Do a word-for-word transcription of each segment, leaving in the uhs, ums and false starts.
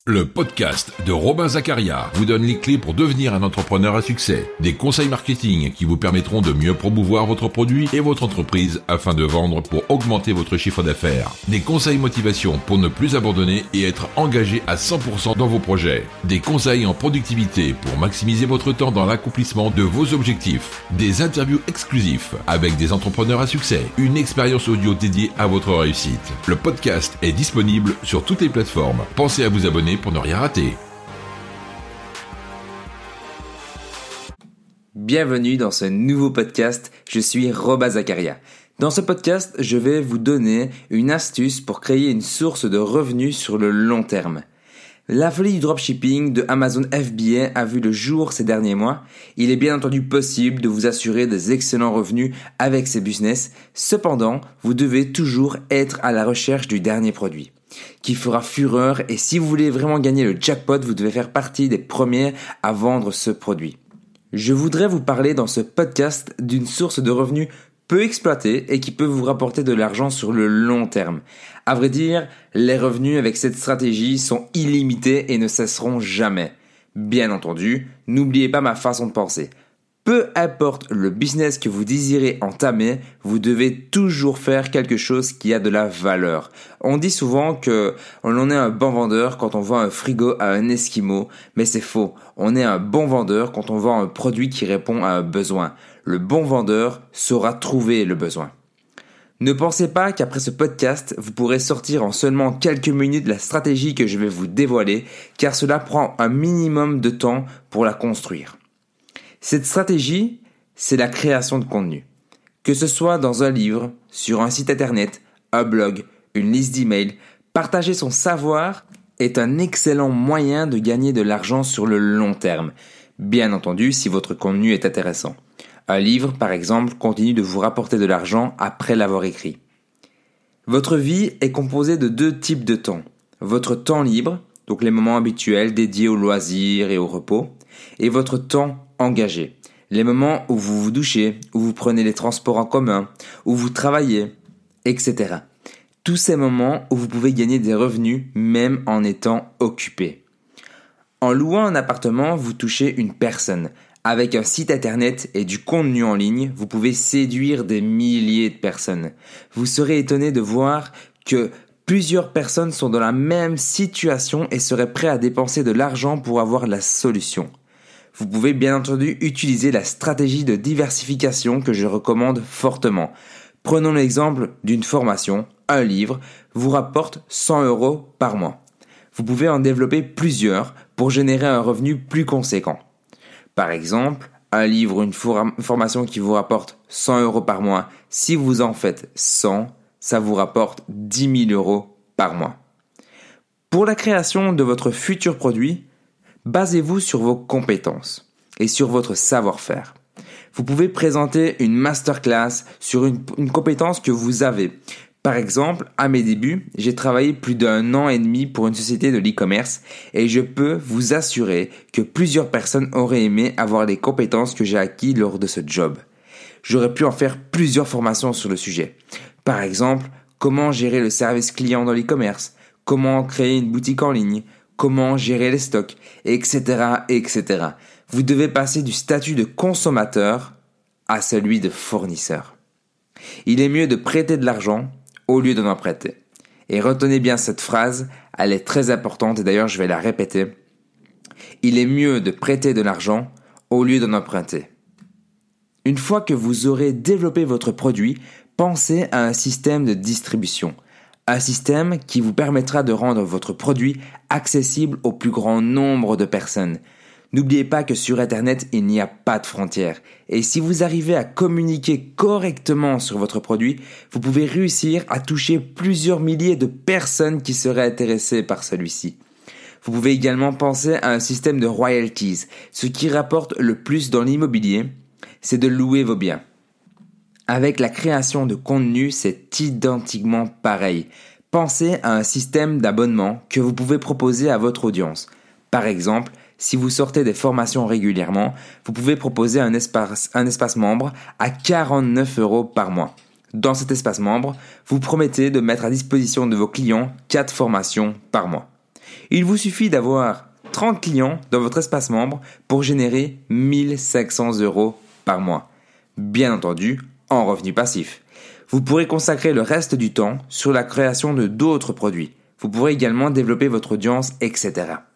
Le podcast de Robin Zakaria vous donne les clés pour devenir un entrepreneur à succès. Des conseils marketing qui vous permettront de mieux promouvoir votre produit et votre entreprise afin de vendre pour augmenter votre chiffre d'affaires. Des conseils motivation pour ne plus abandonner et être engagé à cent pour cent dans vos projets. Des conseils en productivité pour maximiser votre temps dans l'accomplissement de vos objectifs. Des interviews exclusifs avec des entrepreneurs à succès. Une expérience audio dédiée à votre réussite. Le podcast est disponible sur toutes les plateformes. Pensez à vous abonner pour ne rien rater. Bienvenue dans ce nouveau podcast, je suis Robin Zakaria. Dans ce podcast, je vais vous donner une astuce pour créer une source de revenus sur le long terme. La folie du dropshipping de Amazon F B A a vu le jour ces derniers mois. Il est bien entendu possible de vous assurer des excellents revenus avec ces business. Cependant, vous devez toujours être à la recherche du dernier produit qui fera fureur, et si vous voulez vraiment gagner le jackpot, vous devez faire partie des premiers à vendre ce produit. Je voudrais vous parler dans ce podcast d'une source de revenus peu exploitée et qui peut vous rapporter de l'argent sur le long terme. À vrai dire, les revenus avec cette stratégie sont illimités et ne cesseront jamais. Bien entendu, n'oubliez pas ma façon de penser. Peu importe le business que vous désirez entamer, vous devez toujours faire quelque chose qui a de la valeur. On dit souvent que on est un bon vendeur quand on vend un frigo à un Esquimau, mais c'est faux. On est un bon vendeur quand on vend un produit qui répond à un besoin. Le bon vendeur saura trouver le besoin. Ne pensez pas qu'après ce podcast, vous pourrez sortir en seulement quelques minutes la stratégie que je vais vous dévoiler, car cela prend un minimum de temps pour la construire. Cette stratégie, c'est la création de contenu. Que ce soit dans un livre, sur un site internet, un blog, une liste d'emails, partager son savoir est un excellent moyen de gagner de l'argent sur le long terme. Bien entendu, si votre contenu est intéressant. Un livre, par exemple, continue de vous rapporter de l'argent après l'avoir écrit. Votre vie est composée de deux types de temps. Votre temps libre, donc les moments habituels dédiés aux loisirs et au repos, et votre temps engagé, les moments où vous vous douchez, où vous prenez les transports en commun, où vous travaillez, et cetera. Tous ces moments où vous pouvez gagner des revenus même en étant occupé. En louant un appartement, vous touchez une personne. Avec un site internet et du contenu en ligne, vous pouvez séduire des milliers de personnes. Vous serez étonné de voir que plusieurs personnes sont dans la même situation et seraient prêts à dépenser de l'argent pour avoir la solution. Vous pouvez bien entendu utiliser la stratégie de diversification que je recommande fortement. Prenons l'exemple d'une formation, un livre, vous rapporte cent euros par mois. Vous pouvez en développer plusieurs pour générer un revenu plus conséquent. Par exemple, un livre ou une for- formation qui vous rapporte cent euros par mois, si vous en faites cent, ça vous rapporte dix mille euros par mois. Pour la création de votre futur produit, basez-vous sur vos compétences et sur votre savoir-faire. Vous pouvez présenter une masterclass sur une, une compétence que vous avez. Par exemple, à mes débuts, j'ai travaillé plus d'un an et demi pour une société de l'e-commerce et je peux vous assurer que plusieurs personnes auraient aimé avoir les compétences que j'ai acquises lors de ce job. J'aurais pu en faire plusieurs formations sur le sujet. Par exemple, comment gérer le service client dans l'e-commerce, comment créer une boutique en ligne, comment gérer les stocks, et cetera, et cetera. Vous devez passer du statut de consommateur à celui de fournisseur. Il est mieux de prêter de l'argent au lieu d'en prêter. Et retenez bien cette phrase, elle est très importante et d'ailleurs je vais la répéter. Il est mieux de prêter de l'argent au lieu d'en emprunter. Une fois que vous aurez développé votre produit, pensez à un système de distribution. Un système qui vous permettra de rendre votre produit accessible au plus grand nombre de personnes. N'oubliez pas que sur Internet, il n'y a pas de frontières. Et si vous arrivez à communiquer correctement sur votre produit, vous pouvez réussir à toucher plusieurs milliers de personnes qui seraient intéressées par celui-ci. Vous pouvez également penser à un système de royalties. Ce qui rapporte le plus dans l'immobilier, c'est de louer vos biens. Avec la création de contenu, c'est identiquement pareil. Pensez à un système d'abonnement que vous pouvez proposer à votre audience. Par exemple, si vous sortez des formations régulièrement, vous pouvez proposer un espace, un espace membre à quarante-neuf euros par mois. Dans cet espace membre, vous promettez de mettre à disposition de vos clients quatre formations par mois. Il vous suffit d'avoir trente clients dans votre espace membre pour générer mille cinq cents euros par mois. Bien entendu, en revenu passif. Vous pourrez consacrer le reste du temps sur la création de d'autres produits. Vous pourrez également développer votre audience, et cetera.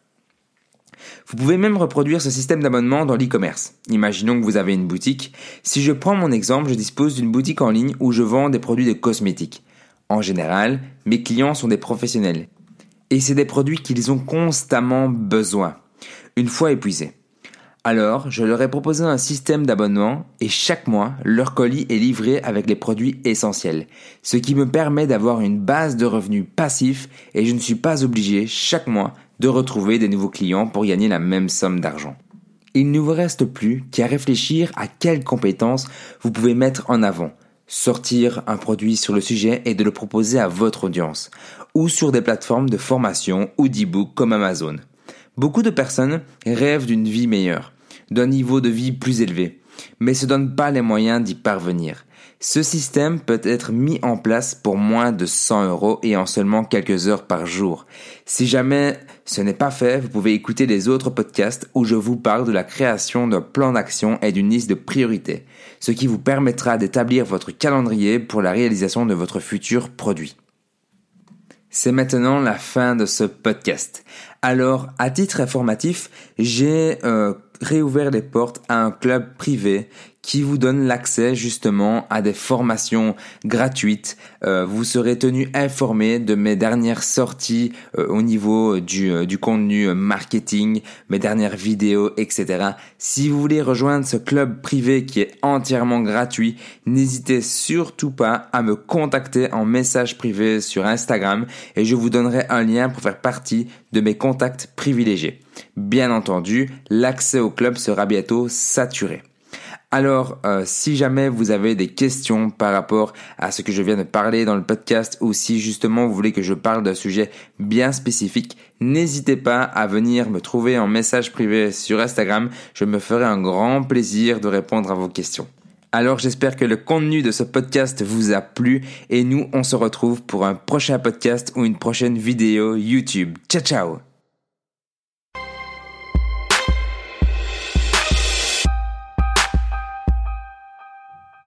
Vous pouvez même reproduire ce système d'abonnement dans l'e-commerce. Imaginons que vous avez une boutique. Si je prends mon exemple, je dispose d'une boutique en ligne où je vends des produits de cosmétiques. En général, mes clients sont des professionnels. Et c'est des produits qu'ils ont constamment besoin, une fois épuisés. Alors, je leur ai proposé un système d'abonnement et chaque mois, leur colis est livré avec les produits essentiels, ce qui me permet d'avoir une base de revenus passifs et je ne suis pas obligé chaque mois de retrouver des nouveaux clients pour gagner la même somme d'argent. Il ne vous reste plus qu'à réfléchir à quelles compétences vous pouvez mettre en avant, sortir un produit sur le sujet et de le proposer à votre audience, ou sur des plateformes de formation ou d'e-book comme Amazon. Beaucoup de personnes rêvent d'une vie meilleure, d'un niveau de vie plus élevé, mais se donnent pas les moyens d'y parvenir. Ce système peut être mis en place pour moins de cent euros et en seulement quelques heures par jour. Si jamais ce n'est pas fait, vous pouvez écouter les autres podcasts où je vous parle de la création d'un plan d'action et d'une liste de priorités, ce qui vous permettra d'établir votre calendrier pour la réalisation de votre futur produit. C'est maintenant la fin de ce podcast. Alors, à titre informatif, j'ai euh, réouvert les portes à un club privé qui vous donne l'accès justement à des formations gratuites. Euh, vous serez tenu informé de mes dernières sorties euh, au niveau du, euh, du contenu marketing, mes dernières vidéos, et cetera. Si vous voulez rejoindre ce club privé qui est entièrement gratuit, n'hésitez surtout pas à me contacter en message privé sur Instagram et je vous donnerai un lien pour faire partie de mes contacts privilégiés. Bien entendu, l'accès au club sera bientôt saturé. Alors, euh, si jamais vous avez des questions par rapport à ce que je viens de parler dans le podcast ou si justement vous voulez que je parle d'un sujet bien spécifique, n'hésitez pas à venir me trouver en message privé sur Instagram. Je me ferai un grand plaisir de répondre à vos questions. Alors, j'espère que le contenu de ce podcast vous a plu et nous, on se retrouve pour un prochain podcast ou une prochaine vidéo YouTube. Ciao, ciao!